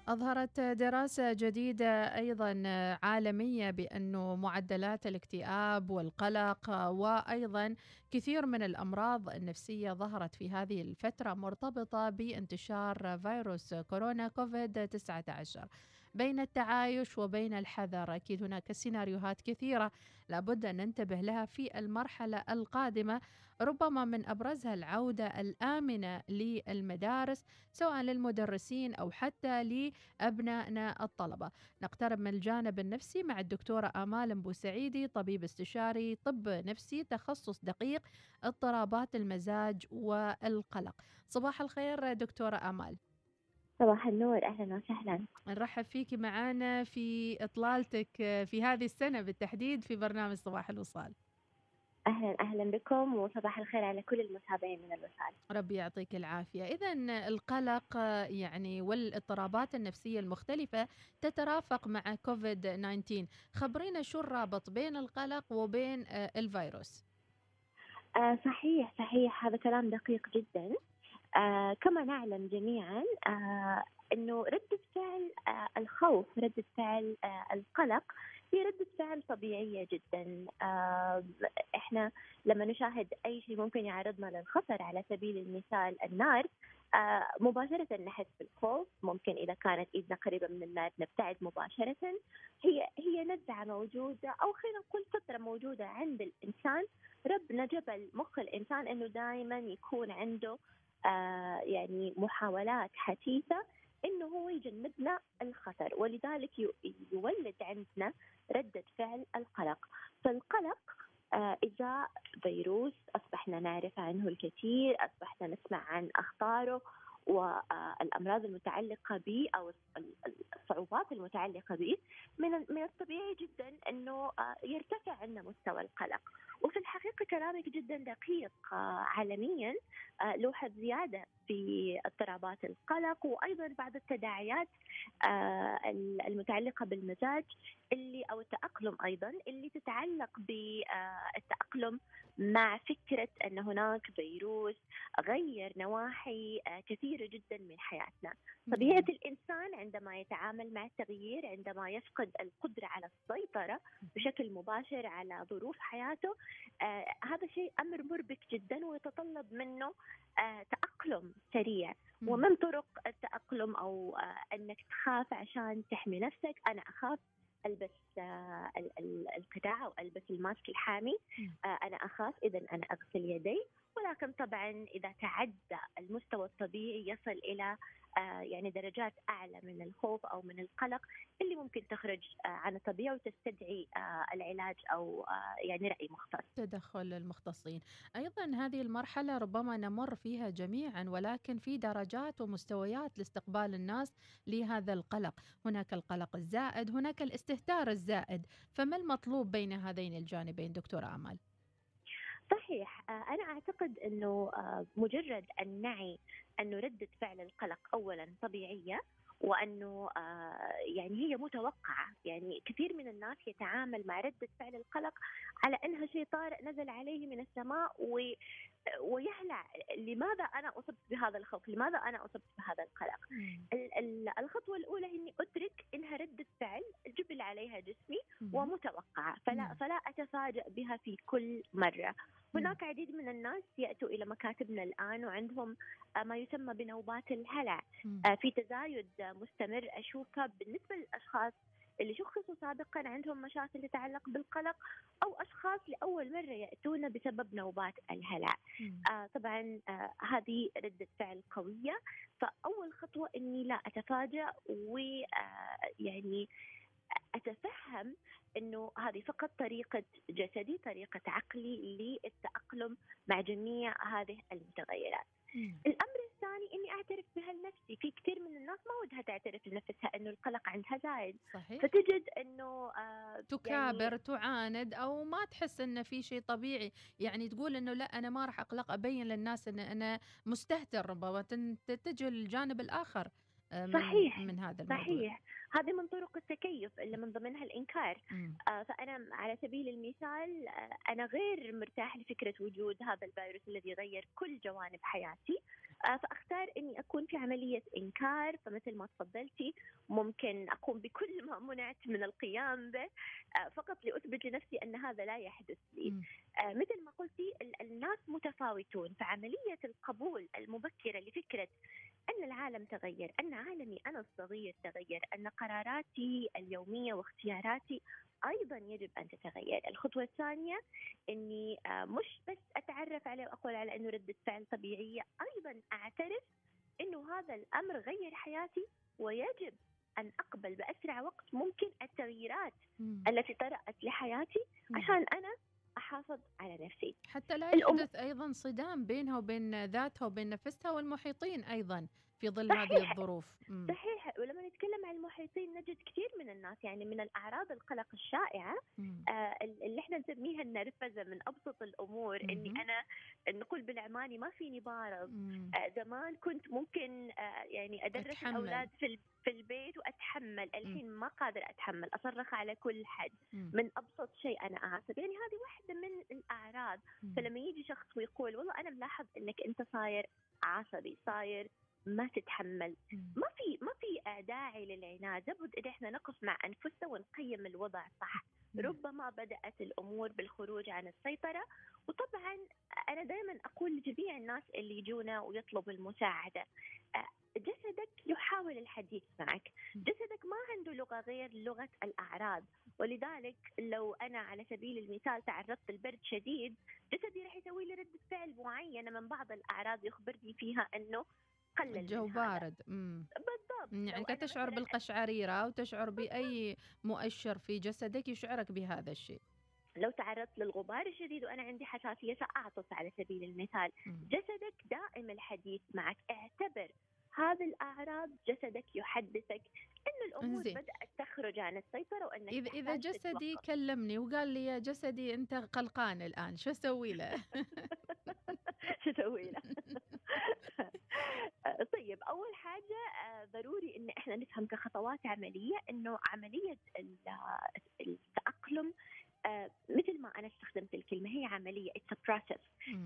أظهرت دراسة جديدة أيضا عالمية بأنه معدلات الاكتئاب والقلق وأيضا كثير من الأمراض النفسية ظهرت في هذه الفترة مرتبطة بانتشار فيروس كورونا كوفيد 19. بين التعايش وبين الحذر، أكيد هناك سيناريوهات كثيرة لابد أن ننتبه لها في المرحلة القادمة، ربما من أبرزها العودة الآمنة للمدارس سواء للمدرسين أو حتى أبنائنا الطلبة. نقترب من الجانب النفسي مع الدكتورة آمال بوسعيدي، طبيب استشاري طب نفسي تخصص دقيق اضطرابات المزاج والقلق. صباح الخير دكتورة آمال. صباح النور، أهلا وسهلا. نرحب فيك معنا في إطلالتك في هذه السنة بالتحديد في برنامج صباح الوصال. أهلا أهلا بكم وصباح الخير على كل المتابعين من الوسائل. ربي يعطيك العافية. إذن القلق يعني والاضطرابات النفسية المختلفة تترافق مع كوفيد 19. خبرينا شو الرابط بين القلق وبين الفيروس؟ صحيح صحيح، هذا كلام دقيق جدا. كما نعلم جميعا أنه ردة فعل الخوف، ردة فعل القلق هي ردة فعل طبيعية جدا. إحنا لما نشاهد أي شيء ممكن يعرضنا للخطر، على سبيل المثال النار، مباشرة نحس بالخوف. ممكن إذا كانت إيدنا قريبة من النار نبتعد مباشرة. هي نزعة موجودة، أو خلينا نقول فطرة موجودة عند الإنسان. ربنا جبل مخ الإنسان إنه دائما يكون عنده يعني محاولات حثيثة إنه هو يجنبنا الخطر، ولذلك يولد عندنا ردة فعل القلق. فالقلق إذا فيروس أصبحنا نعرف عنه الكثير، أصبحنا نسمع عن أخطاره والأمراض المتعلقة به أو الصعوبات المتعلقة به. من الطبيعي جدا أنه يرتفع عندنا مستوى القلق. وفي الحقيقة كلامك جدا دقيق. عالميا لوحظ زيادة في اضطرابات القلق، وأيضا بعض التداعيات المتعلقة بالمزاج اللي أو التأقلم أيضا اللي تتعلق بالتأقلم مع فكرة أن هناك فيروس غير نواحي كثيرة جدا من حياتنا. طبيعة نعم. الإنسان عندما يتعامل مع التغيير، عندما يفقد القدرة على السيطرة بشكل مباشر على ظروف حياته، هذا شيء أمر مربك جدا ويتطلب منه تأقلم سريع. مم. ومن طرق التأقلم أو أنك تخاف عشان تحمي نفسك، أنا أخاف ألبس القطاع أو ألبس الماسك الحامي. مم. أنا أخاف إذا أنا أغسل يدي. ولكن طبعا إذا تعدى المستوى الطبيعي يصل إلى يعني درجات أعلى من الخوف أو من القلق اللي ممكن تخرج عن الطبيعة وتستدعي العلاج أو يعني رأي مختص. تدخل المختصين. أيضا هذه المرحلة ربما نمر فيها جميعا، ولكن في درجات ومستويات لاستقبال الناس لهذا القلق. هناك القلق الزائد، هناك الاستهتار الزائد. فما المطلوب بين هذين الجانبين دكتورة أمل؟ صحيح. أنا أعتقد أنه مجرد أن نعي أنه ردة فعل القلق أولا طبيعية، وأنه يعني هي متوقعة. يعني كثير من الناس يتعامل مع ردة فعل القلق على أنها شيء طارئ نزل عليه من السماء ويهلع. لماذا أنا أصبت بهذا الخوف؟ لماذا أنا أصبت بهذا القلق؟ مم. الخطوة الأولى إني أدرك إنها ردة فعل جبل عليها جسمي مم. ومتوقعة، نعم. فلا أتفاجأ بها في كل مرة. مم. هناك عديد من الناس يأتوا إلى مكاتبنا الآن وعندهم ما يسمى بنوبات الهلع. مم. في تزايد مستمر أشوفه بالنسبة للأشخاص اللي شخصوا سابقا عندهم مشاكل تتعلق بالقلق، أو أشخاص لأول مرة يأتون بسبب نوبات الهلع. مم. طبعا هذه ردة فعل قوية. فأول خطوة إني لا أتفاجأ، ويعني أتفهم أنه هذه فقط طريقة جسدي، طريقة عقلي للتأقلم مع جميع هذه المتغيرات. مم. الأمر الثاني إني أعترف بها لنفسي. في كثير من الناس ما ودها تعترف لنفسها أنه القلق عندها زايد، صحيح. فتجد أنه يعني تكابر، تعاند، أو ما تحس إن في شيء طبيعي. يعني تقول إنه لا، أنا ما راح أقلق، أبين للناس إن أنا مستهتر، ربما تتجه للجانب الآخر صحيح، من هذا الموضوع. صحيح. هذه من طرق التكيف اللي من ضمنها الإنكار. مم. فأنا على سبيل المثال أنا غير مرتاح لفكرة وجود هذا الفيروس الذي غير كل جوانب حياتي. فأختار أني أكون في عملية إنكار. فمثل ما تفضلتي ممكن أقوم بكل ما منعت من القيام به فقط لأثبت لنفسي أن هذا لا يحدث لي. مم. مثل ما قلتي الناس متفاوتون. فعملية القبول المبكرة لفكرة أن العالم تغير، أن عالمي أنا الصغير تغير، أن قراراتي اليومية واختياراتي أيضا يجب أن تتغير. الخطوة الثانية أني مش بس أتعرف عليه وأقول على أنه ردة فعل طبيعية، أيضا أعترف أنه هذا الأمر غير حياتي ويجب أن أقبل بأسرع وقت ممكن التغييرات مم. التي طرأت لحياتي عشان أنا أحافظ على نفسي. حتى لا يحدث أيضا صدام بينها وبين ذاتها وبين نفسها والمحيطين أيضا في ظل هذه الظروف. صحيح. ولما نتكلم عن المحيطين نجد كثير من الناس يعني من الأعراض القلق الشائعة اللي احنا نسميها النرفزة من أبسط الأمور. إني أنا نقول بالعماني ما فيني بارض. زمان كنت ممكن يعني أدرس الأولاد في البيت وأتحمل. الحين ما قادر أتحمل، أصرخ على كل حد من أبسط شيء أنا أعصب. يعني هذه واحدة من الأعراض. فلما يجي شخص ويقول والله أنا ملاحظ إنك أنت صاير عصبي، صاير ما تتحمل، ما في داعي للعناد. لابد ان احنا نقف مع انفسنا ونقيم الوضع صح. ربما بدأت الامور بالخروج عن السيطرة. وطبعا انا دائما اقول لجميع الناس اللي يجونا ويطلبوا المساعدة، جسدك يحاول الحديث معك. جسدك ما عنده لغة غير لغة الأعراض. ولذلك لو أنا على سبيل المثال تعرضت لبرد شديد، جسدي راح يسوي لي ردة فعل معينة من بعض الأعراض يخبرني فيها أنه قلل الجو من هذا. بارد. بالضبط. يعني تشعر بالقشعريرة أو تشعر بأي مؤشر في جسدك يشعرك بهذا الشيء. لو تعرضت للغبار الشديد وأنا عندي حساسية سأعطس على سبيل المثال. جسدك دائم الحديث معك. اعتبر هذه الأعراض جسدك يحدثك إن الأمور بدأت تخرج عن السيطرة وأنك إذا جسدي كلمني وقال لي يا جسدي أنت قلقان الآن، شو أسوي له؟ شو أسوي له؟ طيب أول حاجة ضروري إن إحنا نفهم كخطوات عملية إنه عملية التأقلم مثل ما أنا استخدمت الكلمة هي عملية it's a process.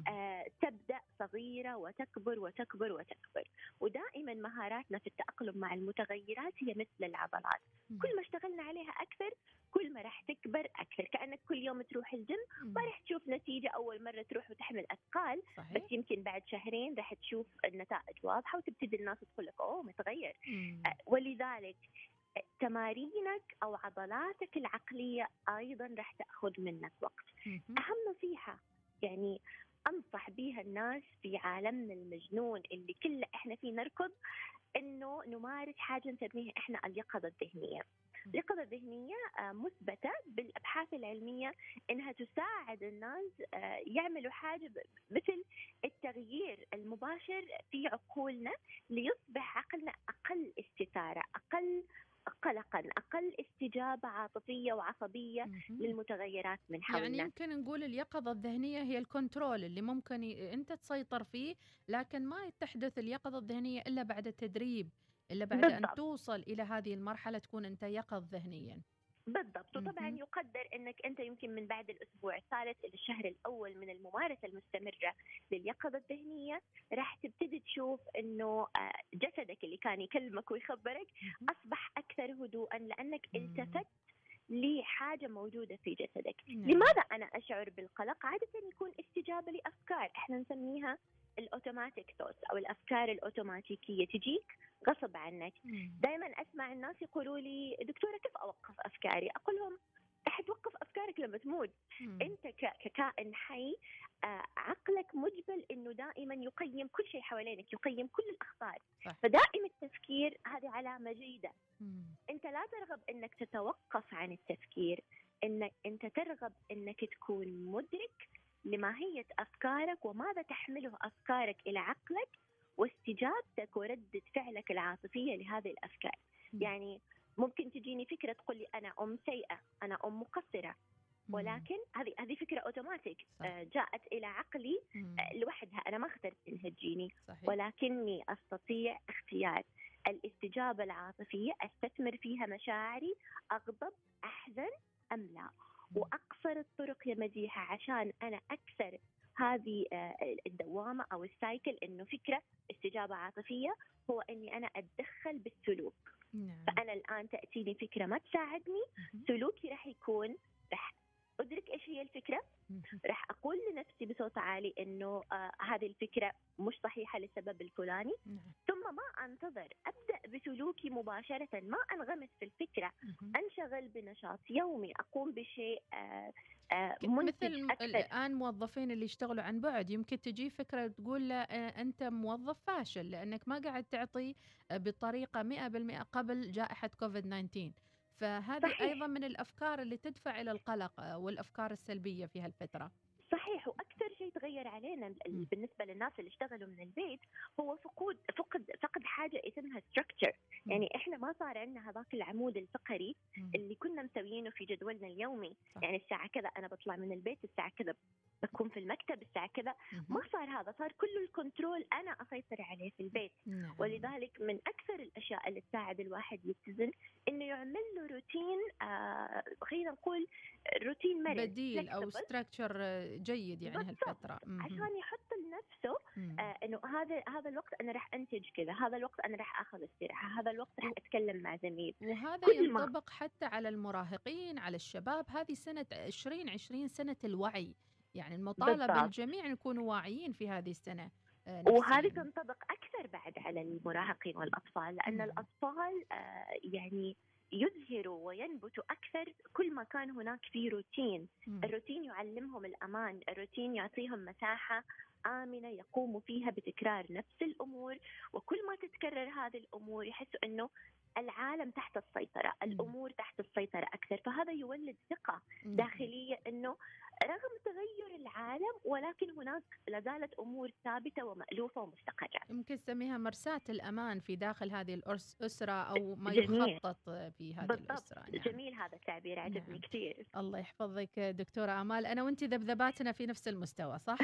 تبدأ صغيرة وتكبر وتكبر وتكبر. ودائما مهاراتنا في التأقلم مع المتغيرات هي مثل العضلات. كل ما اشتغلنا عليها أكثر كل ما راح تكبر أكثر. كأنك كل يوم تروح الجيم ما راح تشوف نتيجة أول مرة تروح وتحمل أثقال. صحيح. بس يمكن بعد شهرين راح تشوف النتائج واضحة وتبتدي الناس تقول لك أوه متغير. ولذلك تمارينك أو عضلاتك العقلية أيضا راح تأخذ منك وقت. أهم نصيحة يعني أنصح بيها الناس في عالمنا المجنون اللي كله إحنا فيه نركض، إنه نمارس حاجة نسميها إحنا اليقظة الذهنية. اليقظة الذهنية مثبتة بالأبحاث العلمية إنها تساعد الناس يعملوا حاجة مثل التغيير المباشر في عقولنا ليصبح عقلنا أقل استثارة، أقل قلقا، أقل استجابة عاطفية وعصبية للمتغيرات من حولنا. يعني يمكن نقول اليقظة الذهنية هي الكنترول اللي ممكن أنت تسيطر فيه، لكن ما تحدث اليقظة الذهنية إلا بعد التدريب، إلا بعد بالضبط. أن توصل إلى هذه المرحلة تكون أنت يقظ ذهنيا. بالضبط. وطبعا يقدر أنك أنت يمكن من بعد الأسبوع الثالث إلى الشهر الأول من الممارسة المستمرة لليقظة الذهنية راح تبتدي تشوف أنه جسدك اللي كان يكلمك ويخبرك أصبح أكثر هدوءا لأنك التفت لحاجة موجودة في جسدك. لماذا أنا أشعر بالقلق؟ عادة يكون استجابة لأفكار إحنا نسميها الأوتوماتيك ثوتس أو الأفكار الأوتوماتيكية تجيك غصب عنك. دائما أسمع الناس يقولوا لي دكتورة كيف أوقف أفكاري؟ أقول لهم رح توقف أفكارك لما تموت. أنت ككائن حي عقلك مجبل إنه دائما يقيم كل شيء حوالينك، يقيم كل الأخبار. فدائم التفكير هذه علامة جيدة. أنت لا ترغب إنك تتوقف عن التفكير، إنك أنت ترغب إنك تكون مدرك لماهية أفكارك وماذا تحمله أفكارك إلى عقلك واستجابتك وردة فعلك العاطفية لهذه الأفكار. يعني ممكن تجيني فكرة تقول لي أنا أم سيئة، أنا أم مقصرة، ولكن هذه فكرة أوتوماتيك جاءت إلى عقلي لوحدها، أنا ما اخترت إنها تجيني، ولكني أستطيع اختيار الاستجابة العاطفية أستثمر فيها مشاعري، أغضب، أحزن أم لا، وأقصر الطرق يا مديحة عشان أنا أكسر هذه الدوامة أو السايكل، إنه فكرة استجابة عاطفية هو إني أنا أتدخل بالسلوك. نعم. فأنا الآن تأتيني فكرة ما تساعدني، سلوكي راح يكون راح أدرك إيش هي الفكرة، راح أقول لنفسي بصوت عالي إنه هذه الفكرة مش صحيحة للسبب الفلاني، ثم ما أنتظر، أبدأ بسلوكي مباشرة، ما أنغمس في الفكرة، أنشغل بنشاط يومي، أقوم بشيء منتج مثل أكثر. الآن موظفين اللي يشتغلوا عن بعد، يمكن تجي فكرة تقول له أنت موظف فاشل لأنك ما قاعد تعطي بطريقة 100% قبل جائحة كوفيد 19. فهذه أيضا صحيح من الأفكار اللي تدفع إلى القلق والأفكار السلبية في هالفترة. صحيح. واكثر شيء تغير علينا بالنسبه للناس اللي اشتغلوا من البيت هو فقد حاجه اسمها ستراكشر. يعني احنا ما صار عندنا هذاك العمود الفقري اللي كنا مسويينه في جدولنا اليومي. صح. يعني الساعه كذا انا بطلع من البيت، الساعه كذا بكون في المكتب، الساعه كذا. ما صار هذا، صار كل الكنترول انا اسيطر عليه في البيت. نعم. ولذلك من اكثر الاشياء اللي تساعد الواحد يتزن انه يعمل له روتين، خلينا نقول روتين مرن بديل أو flexible. ستراكشر جيد يعني هالفترة. عشان يحط لنفسه انه هذا الوقت انا راح انتج كذا، هذا الوقت انا راح اخذ استراحه، هذا الوقت راح اتكلم مع زميل. وهذا ينطبق حتى على المراهقين، على الشباب. هذه سنة 2020 سنة الوعي، يعني المطالب بالضبط. الجميع يكونوا واعيين في هذه السنة وهذه نفسيا. تنطبق اكثر بعد على المراهقين والاطفال، لان الاطفال يعني يزهروا وينبتوا أكثر كل ما كان هناك في روتين. الروتين يعلمهم الأمان، الروتين يعطيهم مساحة آمنة يقوموا فيها بتكرار نفس الأمور، وكل ما تتكرر هذه الأمور يحسوا أنه العالم تحت السيطرة، الأمور تحت السيطرة أكثر. فهذا يولد ثقة داخلية أنه رغم تغير العالم ولكن هناك لازالت أمور ثابتة ومألوفة ومستقرة. يمكن تسميها مرساة الأمان في داخل هذه الأسرة، أو ما جميل. يخطط في هذه بالضبط. الأسرة. نعم. جميل هذا التعبير، عجبني كثير. الله يحفظك دكتورة آمال، أنا وأنت ذبذباتنا في نفس المستوى، صح؟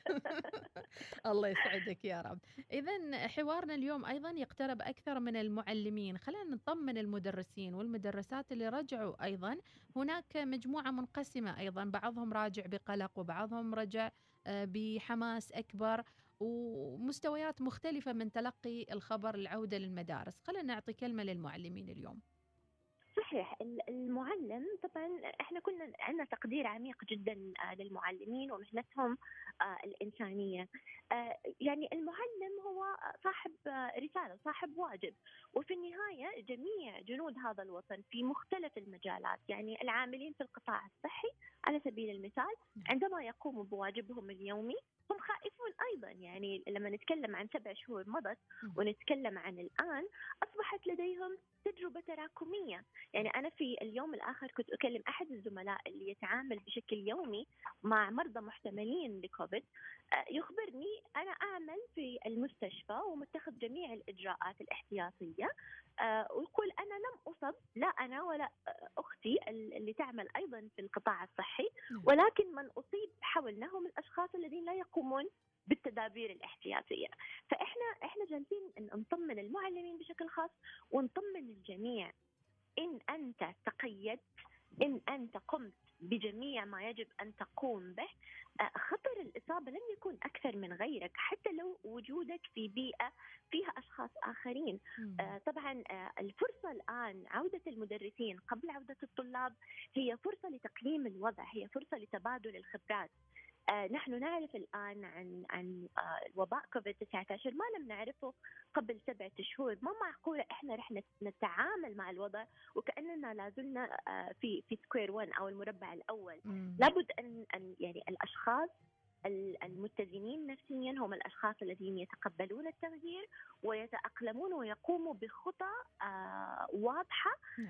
الله يسعدك يا رب. إذن حوارنا اليوم أيضا يقترب أكثر من المعلمين. خلينا نطمن المدرسين والمدرسات اللي رجعوا أيضا. هناك مجموعة منقسمة أيضا، بعضهم راجع بقلق وبعضهم رجع بحماس أكبر، ومستويات مختلفة من تلقي الخبر العودة للمدارس. خلينا نعطي كلمة للمعلمين اليوم. صحيح. المعلم طبعا احنا كنا عندنا تقدير عميق جدا للمعلمين ومهنتهم الإنسانية. يعني المعلم هو صاحب رسالة، صاحب واجب، وفي النهاية جميع جنود هذا الوطن في مختلف المجالات، يعني العاملين في القطاع الصحي على سبيل المثال عندما يقوموا بواجبهم اليومي هم خائفون أيضا. يعني لما نتكلم عن 7 شهور مضت ونتكلم عن الآن، أصبحت لديهم تجربة تراكمية. يعني أنا في اليوم الآخر كنت أكلم أحد الزملاء اللي يتعامل بشكل يومي مع مرضى محتملين لكوفيد، يخبرني أنا أعمل في المستشفى ومتخذ جميع الإجراءات الاحتياطية، ويقول أنا لم أصب، لا أنا ولا أختي اللي تعمل أيضا في القطاع الصحي، ولكن من أصيب حولنا هم الأشخاص الذين لا يقومون بالتدابير الاحتياطية. فإحنا جالسين نطمن المعلمين بشكل خاص ونطمن الجميع. إن أنت تقيدت، إن أنت قمت بجميع ما يجب أن تقوم به، خطر الإصابة لن يكون أكثر من غيرك، حتى لو وجودك في بيئة فيها أشخاص آخرين. طبعا الفرصة الآن عودة المدرسين قبل عودة الطلاب هي فرصة لتقييم الوضع، هي فرصة لتبادل الخبرات. نحن نعرف الآن عن وباء كوفيد-19 ما لم نعرفه قبل 7 شهور. ما معقولة إحنا رح نتعامل مع الوضع وكأننا لازلنا في سكوير 1 أو المربع الأول. لابد أن يعني الأشخاص المتزنين نفسيا هم الأشخاص الذين يتقبلون التغيير ويتأقلمون ويقوموا بخطى واضحة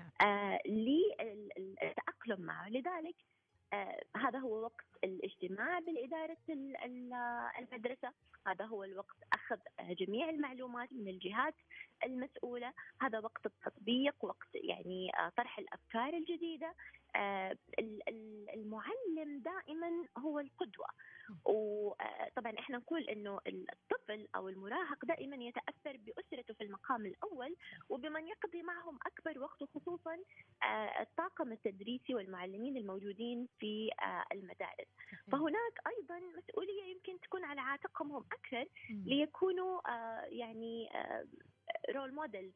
للتأقلم معه. لذلك هذا هو وقت الاجتماع بالإدارة المدرسة، هذا هو الوقت أخذ جميع المعلومات من الجهات المسؤولة، هذا وقت التطبيق، وقت يعني طرح الأفكار الجديدة. المعلم دائما هو القدوة. وطبعا احنا نقول انه الطفل او المراهق دائما يتاثر باسرته في المقام الاول وبمن يقضي معهم اكبر وقت، خصوصا الطاقم التدريسي والمعلمين الموجودين في المدارس. فهناك ايضا مسؤوليه يمكن تكون على عاتقهم هم اكثر ليكونوا يعني رول موديلز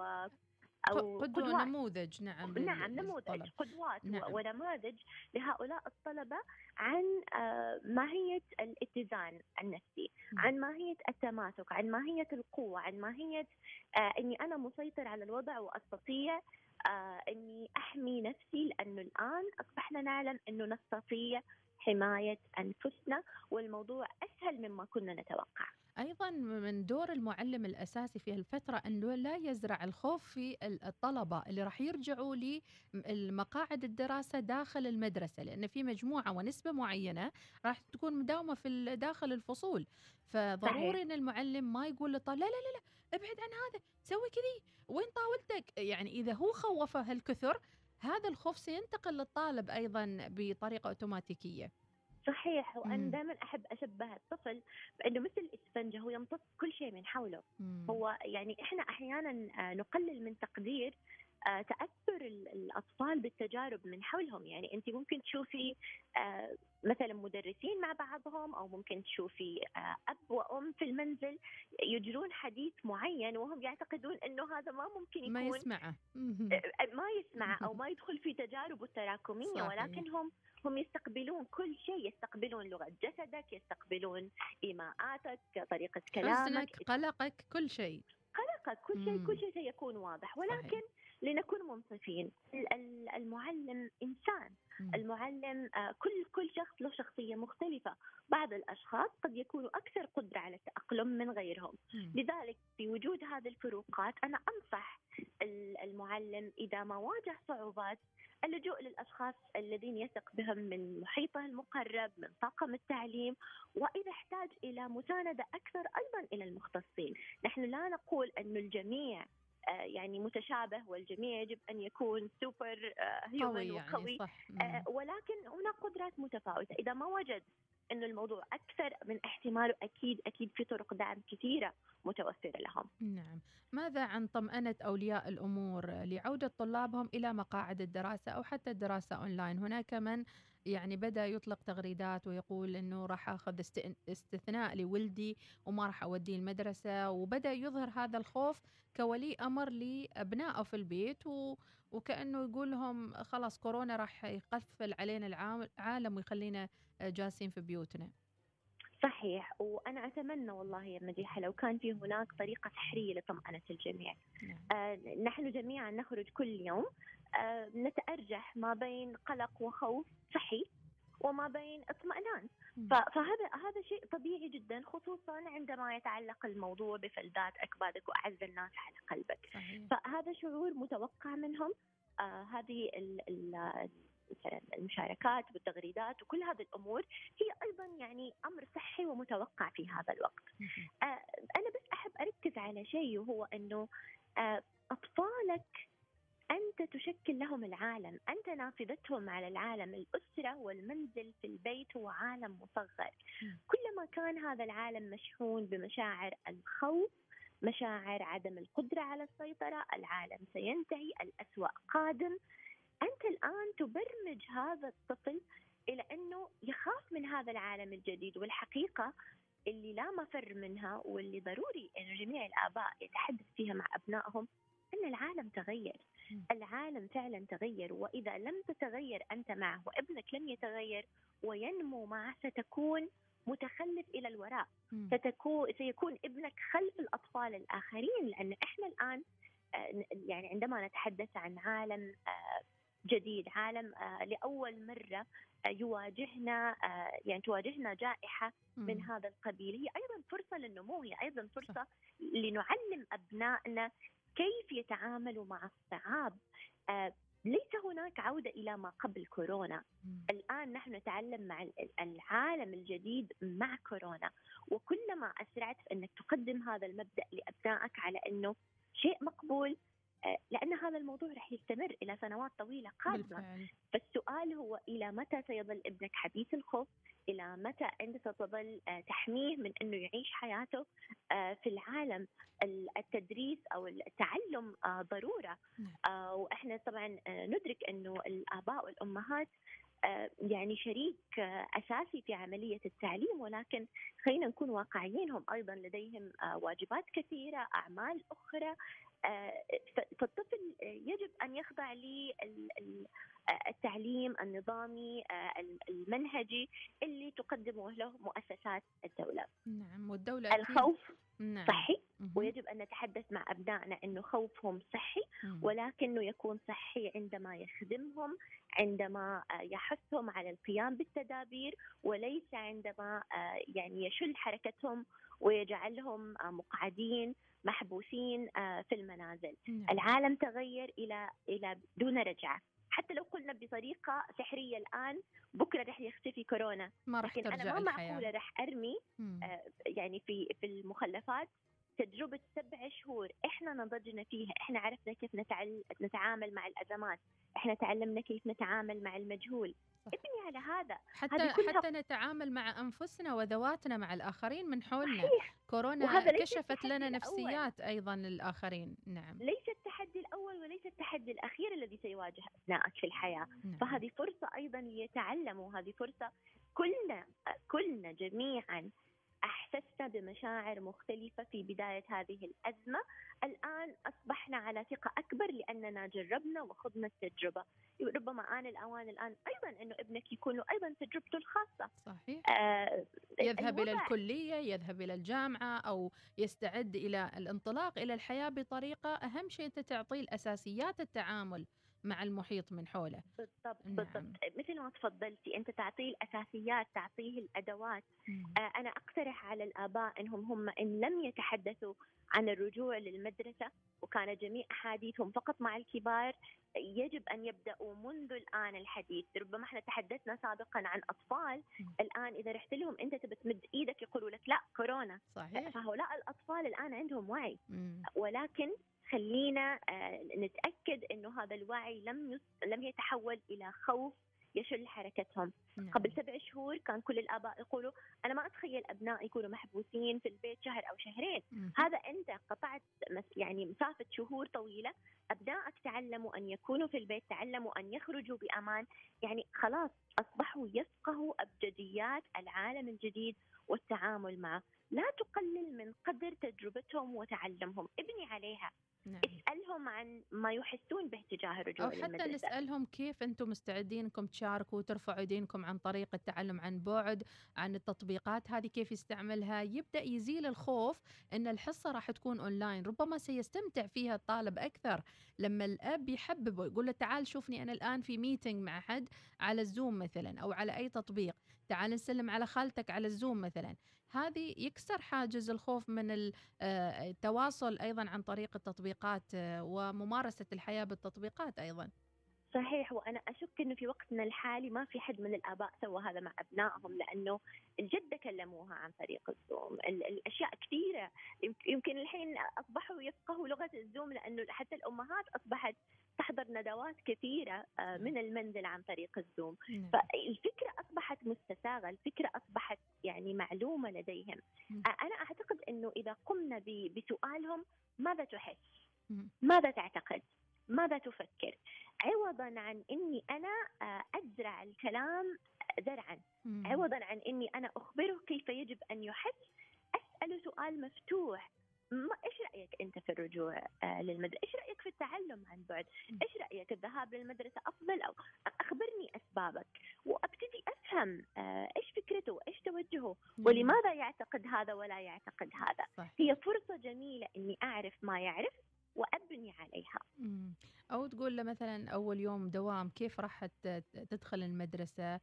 أو قدوة، قدوات. نموذج. نعم، نعم، نموذج، قدوات. نعم. ونماذج لهؤلاء الطلبة عن ماهية الاتزان النفسي، عن ماهية التماسك، عن ماهية القوة، عن ماهية أني أنا مسيطر على الوضع وأستطيع أني أحمي نفسي، لأنه الآن أصبحنا نعلم أنه نستطيع حماية أنفسنا، والموضوع أسهل مما كنا نتوقع. أيضا من دور المعلم الأساسي في هالفترة أنه لا يزرع الخوف في الطلبة اللي راح يرجعوا لمقاعد الدراسة داخل المدرسة، لأن في مجموعة ونسبة معينة راح تكون مداومة في داخل الفصول. فضروري أن المعلم ما يقول للطالب لا لا لا لا ابعد عن هذا، سوي كذي، وين طاولتك. يعني إذا هو خوفه هالكثر، هذا الخوف سينتقل للطالب أيضا بطريقة أوتوماتيكية. صحيح. وأنا دائما أحب أشبه الطفل بأنه مثل الإسفنجة، هو يمتص كل شيء من حوله. هو يعني إحنا أحيانا نقلل من تقدير تأثر الأطفال بالتجارب من حولهم. يعني أنت ممكن تشوفي مثلا مدرسين مع بعضهم، أو ممكن تشوفي أب وأم في المنزل يجرون حديث معين وهم يعتقدون أنه هذا ما ممكن يكون، ما يسمع أو ما يدخل في تجاربه التراكمية. صحيح. ولكن هم يستقبلون كل شيء، يستقبلون لغة جسدك، يستقبلون إيماءاتك، طريقة كلامك، حزنك، قلقك، كل شيء. كل شيء سيكون واضح. ولكن صحيح. لنكون منصفين، المعلم إنسان. المعلم كل شخص له شخصية مختلفة. بعض الأشخاص قد يكونوا أكثر قدرة على التأقلم من غيرهم. لذلك في وجود هذه الفروقات أنا أنصح المعلم إذا ما واجه صعوبات اللجوء للأشخاص الذين يثق بهم من محيطه المقرب، من طاقم التعليم، وإذا احتاج إلى مساندة أكثر أيضا إلى المختصين. نحن لا نقول أن الجميع يعني متشابه والجميع يجب أن يكون سوبر هيومن وقوي، يعني ولكن هناك قدرات متفاوتة. إذا ما وجد أن الموضوع أكثر من احتماله، أكيد في طرق دعم كثيرة متوفرة لهم. نعم. ماذا عن طمأنة أولياء الأمور لعودة طلابهم إلى مقاعد الدراسة أو حتى الدراسة أونلاين؟ هناك من يعني بدأ يطلق تغريدات ويقول أنه راح أخذ استثناء لولدي وما راح أوديه المدرسة، وبدأ يظهر هذا الخوف كولي أمر لأبنائه في البيت، وكأنه يقول لهم خلاص كورونا راح يقفل علينا العالم ويخلينا جالسين في بيوتنا. صحيح. وأنا أتمنى والله يا مديحة لو كان في هناك طريقة سحرية لطمأنة الجميع. نحن جميعا نخرج كل يوم نتأرجح ما بين قلق وخوف صحي وما بين اطمئنان. فهذا شيء طبيعي جدا، خصوصا عندما يتعلق الموضوع بفلذات أكبادك وأعز الناس على قلبك. صحيح. فهذا شعور متوقع منهم. هذه مثلا المشاركات والتغريدات وكل هذه الأمور هي أيضا يعني أمر صحي ومتوقع في هذا الوقت. أنا بس أحب أركز على شيء، وهو أنه أطفالك أنت تشكل لهم العالم، أنت نافذتهم على العالم. الأسرة والمنزل في البيت هو عالم مصغر. كلما كان هذا العالم مشحون بمشاعر الخوف، مشاعر عدم القدرة على السيطرة، العالم سينتهي، الأسوأ قادم. أنت الآن تبرمج هذا الطفل إلى أنه يخاف من هذا العالم الجديد. والحقيقة اللي لا مفر منها واللي ضروري أن جميع الآباء يتحدث فيها مع أبنائهم، أن العالم تغير. العالم فعلا تغير، وإذا لم تتغير أنت معه وابنك لم يتغير وينمو معه ستكون متخلف إلى الوراء. سيكون ابنك خلف الأطفال الآخرين. لأن إحنا الآن يعني عندما نتحدث عن عالم جديد، عالم لأول مرة يواجهنا يعني تواجهنا جائحة من هذا القبيل، هي أيضا فرصة للنمو، هي أيضا فرصة لنعلم أبنائنا كيف يتعاملوا مع الصعاب. ليس هناك عودة إلى ما قبل كورونا. الآن نحن نتعلم مع العالم الجديد مع كورونا، وكلما أسرعت في أنك تقدم هذا المبدأ لأبنائك على أنه شيء مقبول، لأن هذا الموضوع رح يستمر إلى سنوات طويلة قادمة. إلى متى سيظل ابنك حديث الخوف؟ إلى متى أنت ستظل تحميه من أنه يعيش حياته في العالم؟ التدريس أو التعلم ضرورة. وإحنا طبعا ندرك أنه الآباء والأمهات يعني شريك أساسي في عملية التعليم، ولكن خلينا نكون واقعيين، هم أيضا لديهم واجبات كثيرة، أعمال أخرى. فالطفل يجب أن يخضع للتعليم النظامي المنهجي اللي تقدمه له مؤسسات الدولة. نعم، والدولة الخوف نعم. صحي، ويجب أن نتحدث مع أبنائنا أنه خوفهم صحي، ولكنه يكون صحي عندما يخدمهم، عندما يحثهم على القيام بالتدابير، وليس عندما يعني يشل حركتهم ويجعلهم مقعدين محبوسين في المنازل. العالم تغير إلى دون رجعة، حتى لو قلنا بطريقة سحرية الآن بكرة رح يختفي كورونا، ما رح لكن ترجع أنا ما الحياة. معقولة رح أرمي يعني في المخلفات تجربة 7 شهور إحنا نضجنا فيها، إحنا عرفنا كيف نتعامل مع الأزمات، إحنا تعلمنا كيف نتعامل مع المجهول. ابني على هذا حتى نتعامل مع أنفسنا وذواتنا مع الآخرين من حولنا. صحيح. كورونا كشفت لنا نفسيات أيضا الآخرين. نعم، ليس التحدي الأول وليس التحدي الأخير الذي سيواجه أبنائك في الحياة. فهذه فرصة أيضا ليتعلموا، هذه فرصة. كلنا جميعا أحسسنا بمشاعر مختلفة في بداية هذه الأزمة. الآن أصبحنا على ثقة أكبر لأننا جربنا وخضنا التجربة. ربما آن الأوان الآن أيضا أنه ابنك يكون له أيضا تجربته الخاصة. صحيح. يذهب إلى الكلية، يذهب إلى الجامعة، أو يستعد إلى الانطلاق إلى الحياة بطريقة أهم شيء أنت تعطيه الأساسيات التعامل مع المحيط من حوله. بالضبط. مثل ما تفضلتي أنت، تعطيه الأساسيات، تعطيه الأدوات. أنا أقترح على الآباء هم إن لم يتحدثوا عن الرجوع للمدرسة وكان جميع أحاديثهم فقط مع الكبار، يجب أن يبدأوا منذ الآن الحديث. ربما احنا تحدثنا سابقا عن أطفال، الآن إذا رحت لهم أنت تبي تمد إيدك يقولوا لك لا كورونا. صحيح. فهؤلاء الأطفال الآن عندهم وعي، ولكن خلينا نتأكد أنه هذا الوعي لم يتحول إلى خوف يشل حركتهم. قبل 7 شهور كان كل الآباء يقولوا أنا ما أتخيل أبنائي يكونوا محبوسين في البيت شهر أو شهرين. هذا أنت قطعت يعني مسافة شهور طويلة. أبنائك تعلموا أن يكونوا في البيت، تعلموا أن يخرجوا بأمان، يعني خلاص أصبحوا يفقهوا أبجديات العالم الجديد والتعامل معه. لا تقلل من قدر تجربتهم وتعلمهم، ابني عليها. اسألهم عن ما يحسون به تجاه الرجوع للمدرسة، أو حتى نسألهم كيف أنتم مستعدين أنكم تشاركوا وترفعوا يدينكم عن طريق التعلم عن بعد، عن التطبيقات هذه كيف يستعملها. يبدأ يزيل الخوف أن الحصة راح تكون أونلاين، ربما سيستمتع فيها الطالب أكثر لما الأب يحببه، يقول له تعال شوفني أنا الآن في ميتنج مع حد على الزوم مثلا أو على أي تطبيق، تعال نسلم على خالتك على الزوم مثلا. هذه يكسر حاجز الخوف من التواصل أيضا عن طريق التطبيقات وممارسة الحياة بالتطبيقات أيضا. صحيح. وأنا أشك أنه في وقتنا الحالي ما في حد من الآباء سوى هذا مع أبنائهم، لأنه الجدة كلموها عن طريق الزوم. الأشياء كثيرة يمكن الحين أصبحوا يفقهوا لغة الزوم، لأنه حتى الأمهات أصبحت تحضر ندوات كثيرة من المنزل عن طريق الزوم. فالفكرة أصبحت مستساغة، الفكرة أصبحت يعني معلومة لديهم. أنا أعتقد أنه إذا قمنا بسؤالهم ماذا تحس؟ ماذا تعتقد؟ ماذا تفكر؟ عوضاً عن إني أنا أزرع الكلام زرعاً، عوضاً عن إني أنا أخبره كيف يجب أن يحس، أسأله سؤال مفتوح. إيش رأيك أنت في الرجوع للمدرسة؟ إيش رأيك في التعلم عن بعد؟ إيش رأيك الذهاب للمدرسة أفضل؟ أو أخبرني أسبابك، وأبتدي أفهم إيش فكرته وإيش توجهه ولماذا يعتقد هذا ولا يعتقد هذا. هي فرصة جميلة إني أعرف ما يعرف وأبني عليها. أو تقول له مثلا أول يوم دوام كيف راح تدخل المدرسة،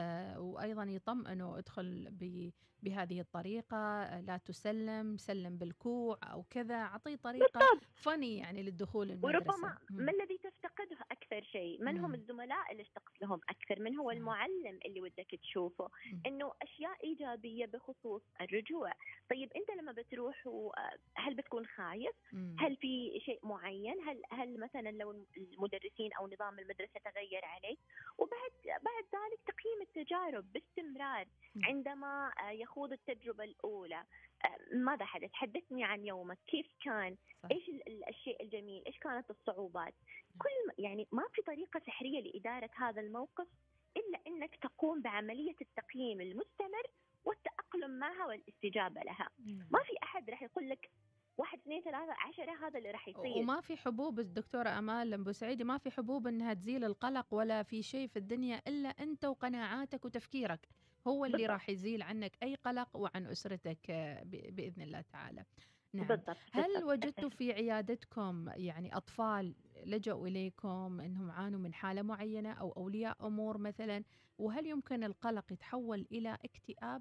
وأيضا يطمئنه ادخل بهذه الطريقة، لا تسلم، سلم بالكوع أو كذا. أعطيه طريقة فني يعني للدخول المدرسة. وربما ما الذي تفتقده أكثر شيء؟ من هم الزملاء اللي اشتقت لهم أكثر، من هو المعلم اللي ودك تشوفه، إنه أشياء إيجابية بخصوص الرجوع. طيب أنت لما بتروح هل بتكون خايف؟ هل في شيء معين؟ هل مثلا لو المدرسين أو نظام المدرسة تغير عليك؟ بعد ذلك تقييم التجارب باستمرار. عندما يخوض التجربة الأولى ماذا حدث؟ حدثني عن يومك، كيف كان؟ إيش الشيء الجميل؟ إيش كانت الصعوبات؟ يعني ما في طريقة سحرية لإدارة هذا الموقف إلا أنك تقوم بعملية التقييم المستمر والتأقلم معها والاستجابة لها. ما في أحد راح يقول لك 1 2 3 10 هذا اللي راح يصير. وما في حبوب الدكتورة أمال بوسعيدي، ما في حبوب إنها تزيل القلق ولا في شيء في الدنيا إلا أنت وقناعاتك وتفكيرك هو اللي راح يزيل عنك أي قلق وعن أسرتك بإذن الله تعالى. نعم. بالضبط. هل وجدتوا في عيادتكم يعني أطفال لجأوا إليكم أنهم عانوا من حالة معينة أو أولياء أمور مثلا، وهل يمكن القلق يتحول إلى اكتئاب؟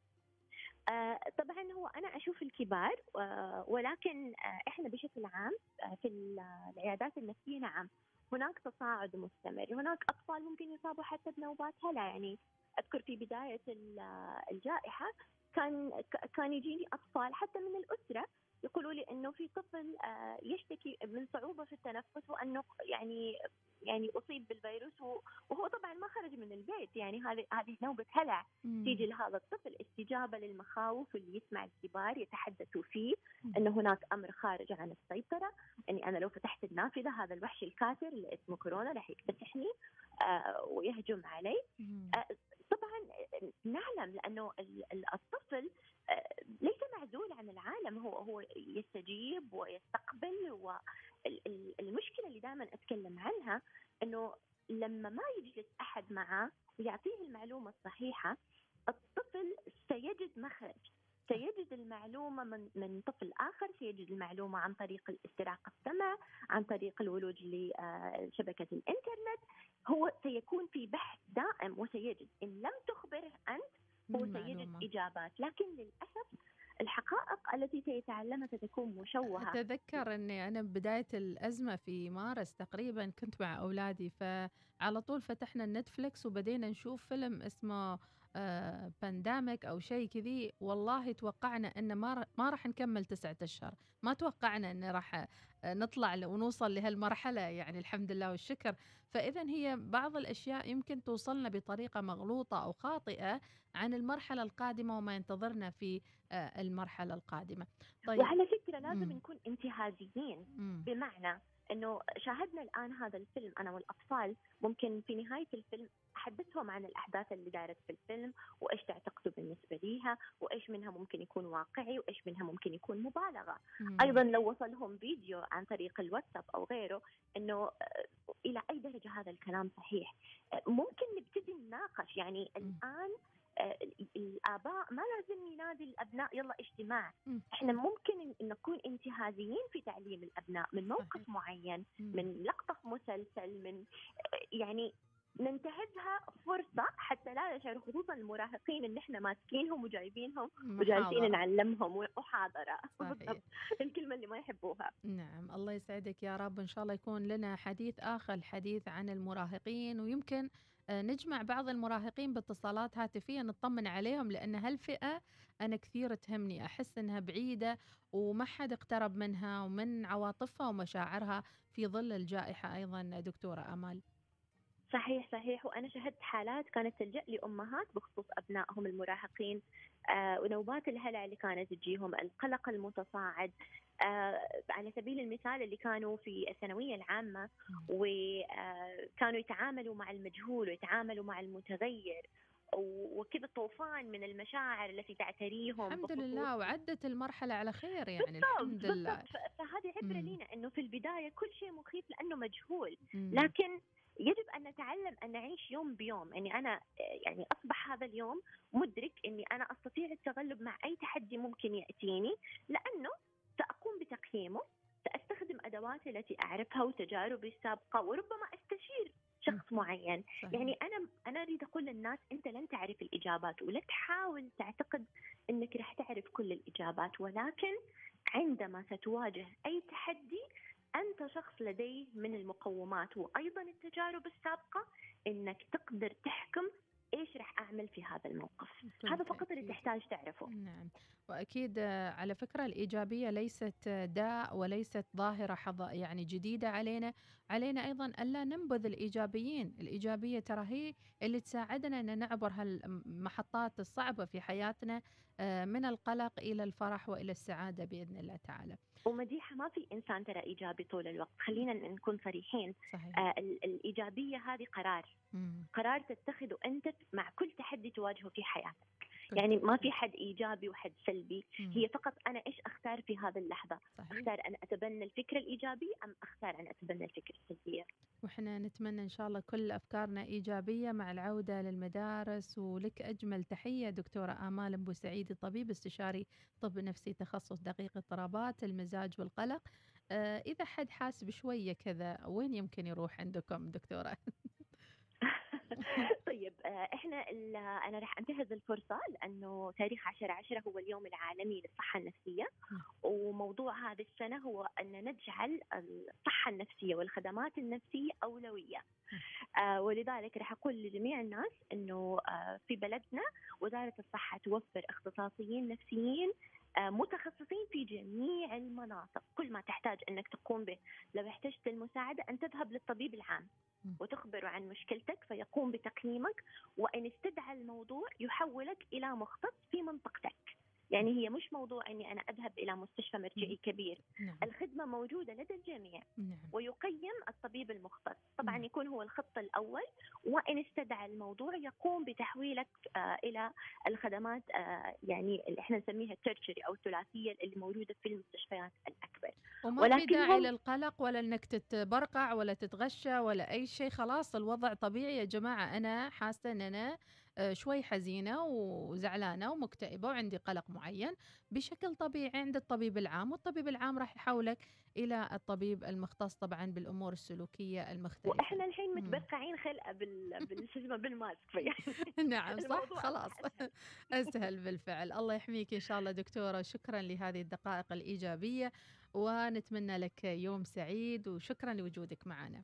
طبعا هو أنا أشوف الكبار، ولكن إحنا بشكل عام في العيادات النفسية نعم هناك تصاعد مستمر. هناك أطفال ممكن يصابوا حتى بنوبات هلع. يعني أذكر في بداية الجائحة كان يجيني أطفال حتى من الأسرة يقولوا لي إنه في طفل يشتكي من صعوبة في التنفس، وأنه يعني أصيب بالفيروس، وهو طبعا ما خرج من البيت. يعني هذه نوبة هلع تيجي لهذا الطفل، استجابة للمخاوف اللي يسمع الكبار يتحدثوا فيه أنه هناك أمر خارج عن السيطرة، أني أنا لو فتحت النافذة هذا الوحش الكافر اللي اسمه كورونا راح يكتسحني ويهجم علي. طبعا نعلم لأنه الطفل ليس معزول عن العالم، هو يستجيب ويستقبل. والمشكلة اللي دائما أتكلم عنها أنه لما ما يجلس أحد معه ويعطيه المعلومة الصحيحة، الطفل سيجد مخرج، سيجد المعلومة من طفل آخر، سيجد المعلومة عن طريق الاستراق السمع، عن طريق الولوج لشبكة الإنترنت. هو سيكون في بحث دائم وسيجد، إن لم تخبره أنت هو سيجد إجابات. لكن للأسف الحقائق التي سيتعلمها ستكون مشوهة. أتذكر أني أنا بداية الأزمة في مارس تقريبا كنت مع أولادي، فعلى طول فتحنا النتفليكس وبدينا نشوف فيلم اسمه بانداميك أو شيء كذي. والله توقعنا أن ما راح نكمل 9 أشهر، ما توقعنا أن راح نطلع ونوصل لهالمرحلة، يعني الحمد لله والشكر. فإذا هي بعض الأشياء يمكن توصلنا بطريقة مغلوطة أو خاطئة عن المرحلة القادمة وما ينتظرنا في المرحلة القادمة. طيب. وعلى فكرة لازم نكون انتهازيين، بمعنى أنه شاهدنا الآن هذا الفيلم أنا والأطفال، ممكن في نهاية الفيلم أحدثهم عن الأحداث اللي دارت في الفيلم وإيش تعتقدوا بالنسبة ليها، وإيش منها ممكن يكون واقعي وإيش منها ممكن يكون مبالغة. أيضا لو وصلهم فيديو عن طريق الواتساب أو غيره أنه إلى أي درجة هذا الكلام صحيح، ممكن نبتدي نناقش. يعني الآن الآباء ما لازم ينادي الأبناء يلا اجتماع، إحنا ممكن نكون انتهازيين في تعليم الأبناء من موقف معين، من لقطة مسلسل، من يعني ننتهزها فرصة حتى لا يشعروا، خصوصا المراهقين اللي احنا ماسكينهم وجايبينهم وجالسين نعلمهم وحاضرة. الكلمة اللي ما يحبوها. نعم، الله يسعدك يا رب. إن شاء الله يكون لنا حديث آخر، الحديث عن المراهقين، ويمكن نجمع بعض المراهقين باتصالات هاتفية نطمن عليهم، لأن هالفئة أنا كثير تهمني، أحس أنها بعيدة وما حد اقترب منها ومن عواطفها ومشاعرها في ظل الجائحة. أيضا دكتورة أمال. صحيح. وأنا شهدت حالات كانت تلجأ لأمهات بخصوص أبنائهم المراهقين، ونوبات الهلع اللي كانت تجيهم، القلق المتصاعد. على سبيل المثال اللي كانوا في الثانوية العامة وكانوا يتعاملوا مع المجهول ويتعاملوا مع المتغير، وكذا طوفان من المشاعر التي تعتريهم. الحمد لله، وعدت المرحلة على خير، يعني الحمد لله. فهذه عبرة لنا أنه في البداية كل شيء مخيف لأنه مجهول، لكن يجب أن نتعلم أن نعيش يوم بيوم. يعني أنا يعني أصبح هذا اليوم مدرك أني أنا أستطيع التغلب مع أي تحدي ممكن يأتيني، لأنه سأقوم بتقييمه، سأستخدم أدواتي التي أعرفها وتجاربي السابقة، وربما أستشير شخص معين. صحيح. يعني أنا أريد أقول للناس أنت لن تعرف الإجابات، ولا تحاول تعتقد أنك رح تعرف كل الإجابات، ولكن عندما ستواجه أي تحدي أنت شخص لديه من المقومات وأيضا التجارب السابقة إنك تقدر تحكم إيش رح أعمل في هذا الموقف. بكل هذا فقط اللي تأكيد. تحتاج تعرفه. نعم. وأكيد على فكرة الإيجابية ليست داء وليست ظاهرة يعني جديدة علينا. علينا أيضا ألا ننبذ الإيجابيين. الإيجابية ترى هي اللي تساعدنا أن نعبر هالمحطات الصعبة في حياتنا، من القلق إلى الفرح وإلى السعادة بإذن الله تعالى. ومديحة ما في إنسان ترى إيجابي طول الوقت، خلينا نكون صريحين. صحيح. الإيجابية هذه مم. قرار تتخذه أنت مع كل تحدي تواجهه في حياتك. كل يعني ما تأكيد. في حد إيجابي وحد سلبي، مم. هي فقط أنا إيش أختار في هذه اللحظة. صحيح. أختار أن أتبنى الفكرة الإيجابية أم أختار أن أتبنى الفكرة السلبية. وإحنا نتمنى إن شاء الله كل أفكارنا إيجابية مع العودة للمدارس. ولك أجمل تحية دكتورة آمال أبو سعيد، طبيب استشاري طب نفسي تخصص دقيق اضطرابات المزاج والقلق. إذا حد حاس بشوية كذا وين يمكن يروح عندكم دكتورة؟ طيب، أنا راح أنتهز الفرصة لأنه تاريخ 10/10 هو اليوم العالمي للصحة النفسية، وموضوع هذه السنة هو أن نجعل الصحة النفسية والخدمات النفسية أولوية. ولذلك راح أقول لجميع الناس أنه في بلدنا وزارة الصحة توفر اختصاصيين نفسيين متخصصين في جميع المناطق. كل ما تحتاج أنك تقوم به لو احتجت المساعدة أن تذهب للطبيب العام وتخبره عن مشكلتك فيقوم بتقييمك، وإن استدعى الموضوع يحولك إلى مختص في منطقتك. يعني هي مش موضوع أني أنا أذهب إلى مستشفى مرجعي كبير. نعم. الخدمة موجودة لدى الجميع. نعم. ويقيم الطبيب المختص، طبعا يكون هو الخط الأول، وإن استدعى الموضوع يقوم بتحويلك إلى الخدمات يعني اللي احنا نسميها الترشري أو الثلاثية اللي موجودة في المستشفيات الأكبر. وما في داعي للقلق ولا انك تتبرقع ولا تتغشى ولا اي شيء. خلاص الوضع طبيعي يا جماعة. انا حاسة ان انا شوي حزينة وزعلانة ومكتئبة وعندي قلق معين، بشكل طبيعي عند الطبيب العام، والطبيب العام راح يحولك الى الطبيب المختص طبعا بالامور السلوكية المختلفة. واحنا الحين متبقعين خلقة بالماسك نعم صح. خلاص اسهل بالفعل. الله يحميك ان شاء الله دكتورة. شكرا لهذه الدقائق الإيجابية، ونتمنى لك يوم سعيد، وشكرا لوجودك معنا.